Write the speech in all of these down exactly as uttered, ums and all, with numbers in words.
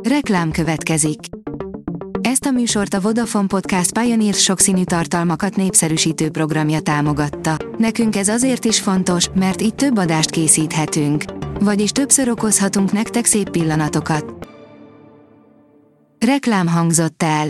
Reklám következik. Ezt a műsort a Vodafone Podcast Pioneer sokszínű tartalmakat népszerűsítő programja támogatta. Nekünk ez azért is fontos, mert így több adást készíthetünk. Vagyis többször okozhatunk nektek szép pillanatokat. Reklám hangzott el.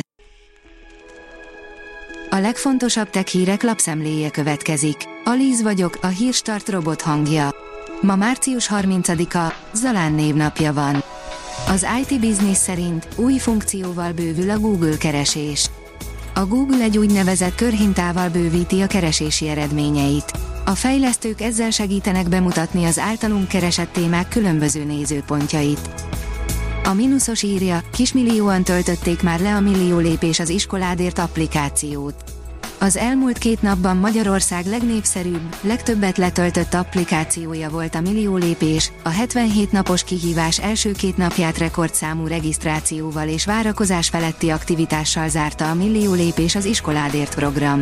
A legfontosabb tech hírek lapszemléje következik. Alíz vagyok, a Hírstart robot hangja. Ma március harmincadika, Zalán névnapja van. Az i té Business szerint új funkcióval bővül a Google keresés. A Google egy úgynevezett körhintával bővíti a keresési eredményeit. A fejlesztők ezzel segítenek bemutatni az általunk keresett témák különböző nézőpontjait. A Minusos írja, kismillióan töltötték már le a Millió lépés az iskoládért applikációt. Az elmúlt két napban Magyarország legnépszerűbb, legtöbbet letöltött applikációja volt a Millió lépés, a hetvenhét napos kihívás első két napját rekordszámú regisztrációval és várakozás feletti aktivitással zárta a Millió lépés az iskoládért program.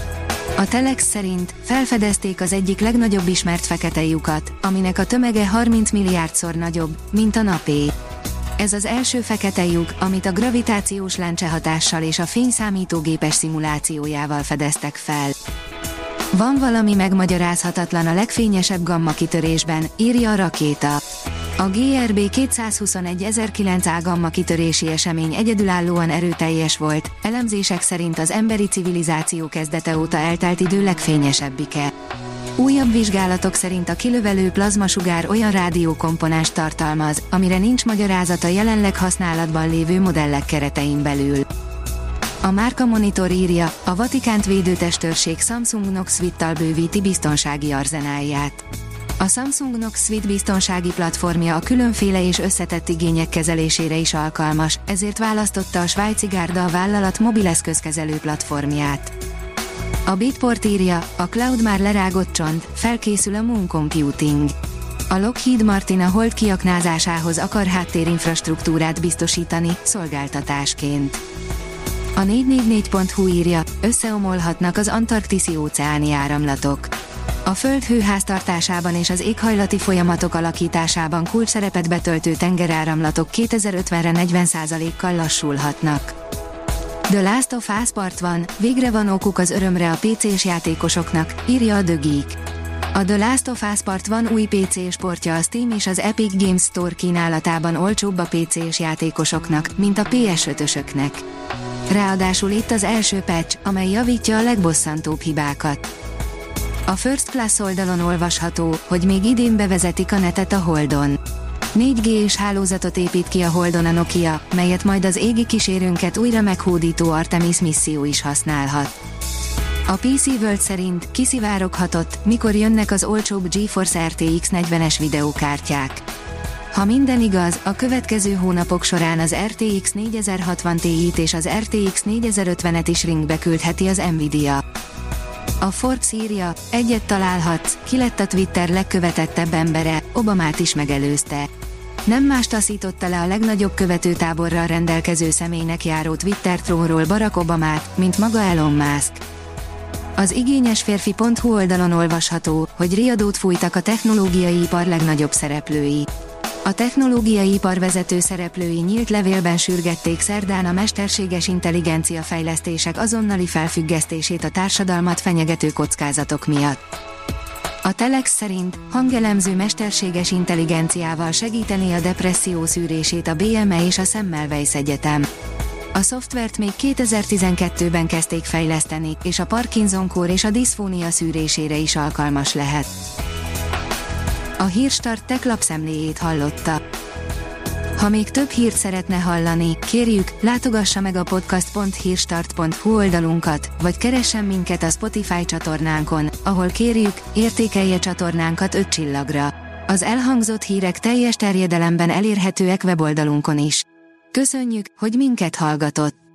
A Telex szerint felfedezték az egyik legnagyobb ismert fekete lyukat, aminek a tömege harminc milliárdszor nagyobb, mint a Napé. Ez az első fekete lyuk, amit a gravitációs láncsehatással és a fény számítógépes szimulációjával fedeztek fel. Van valami megmagyarázhatatlan a legfényesebb gamma kitörésben, írja a Rakéta. A gé er bé kétszázhuszonegy ezerkilenc á gamma kitörési esemény egyedülállóan erőteljes volt, elemzések szerint az emberi civilizáció kezdete óta eltelt idő legfényesebbike. Újabb vizsgálatok szerint a kilövelő plazmasugár olyan rádiókomponást tartalmaz, amire nincs magyarázata jelenleg használatban lévő modellek keretein belül. A Márka Monitor írja, a Vatikánt védő testőrség Samsung Knox Suite-tal bővíti biztonsági arzenálját. A Samsung Knox Suite biztonsági platformja a különféle és összetett igények kezelésére is alkalmas, ezért választotta a svájci Gárda a vállalat mobileszközkezelő platformját. A Bitport írja, a cloud már lerágott csont, felkészül a Moon Computing. A Lockheed Martin a hold kiaknázásához akar háttérinfrastruktúrát biztosítani, szolgáltatásként. A négy négy négy pont hu írja, összeomolhatnak az antarktiszi óceáni áramlatok. A Föld hőháztartásában és az éghajlati folyamatok alakításában kulcsszerepet betöltő tengeráramlatok kétezer-ötvenre negyven százalékkal lassulhatnak. The Last of Us Part van, végre van okuk az örömre a pé cés játékosoknak, írja a The Geek. A The Last of Us Part van új pé cés portja a Steam és az Epic Games Store kínálatában olcsóbb a pé cés játékosoknak, mint a pé es ötösöknek. Ráadásul itt az első patch, amely javítja a legbosszantóbb hibákat. A First Class oldalon olvasható, hogy még idén bevezetik a netet a Holdon. négy gés hálózatot épít ki a Holdon a Nokia, melyet majd az égi kísérőnket újra meghódító Artemis misszió is használhat. A pé cé World szerint kiszivároghatott, mikor jönnek az olcsóbb GeForce er té iksz negyvenes videókártyák. Ha minden igaz, a következő hónapok során az er té iksz négyezer-hatvan Ti-t és az er té iksz négyezer-ötvenet is ringbe küldheti az Nvidia. A Forbes írja, egyet találhatsz, ki lett a Twitter legkövetettebb embere, Obamát is megelőzte. Nem más taszította le a legnagyobb követőtáborral rendelkező személynek járó Twitter trónról Barack Obamát, mint maga Elon Musk. Az igényesférfi pont hu oldalon olvasható, hogy riadót fújtak a technológiai ipar legnagyobb szereplői. A technológiai ipar vezető szereplői nyílt levélben sürgették szerdán a mesterséges intelligencia fejlesztések azonnali felfüggesztését a társadalmat fenyegető kockázatok miatt. A Telex szerint hangelemző mesterséges intelligenciával segíteni a depresszió szűrését a bé em e és a Semmelweis Egyetem. A szoftvert még kétezer-tizenkettőben kezdték fejleszteni, és a Parkinson-kór és a diszfónia szűrésére is alkalmas lehet. A Hírstart tech lapszemléjét hallotta. Ha még több hírt szeretne hallani, kérjük, látogassa meg a podcast pont hírstart pont hu oldalunkat, vagy keressen minket a Spotify csatornánkon, ahol kérjük, értékelje csatornánkat öt csillagra. Az elhangzott hírek teljes terjedelemben elérhetőek weboldalunkon is. Köszönjük, hogy minket hallgatott!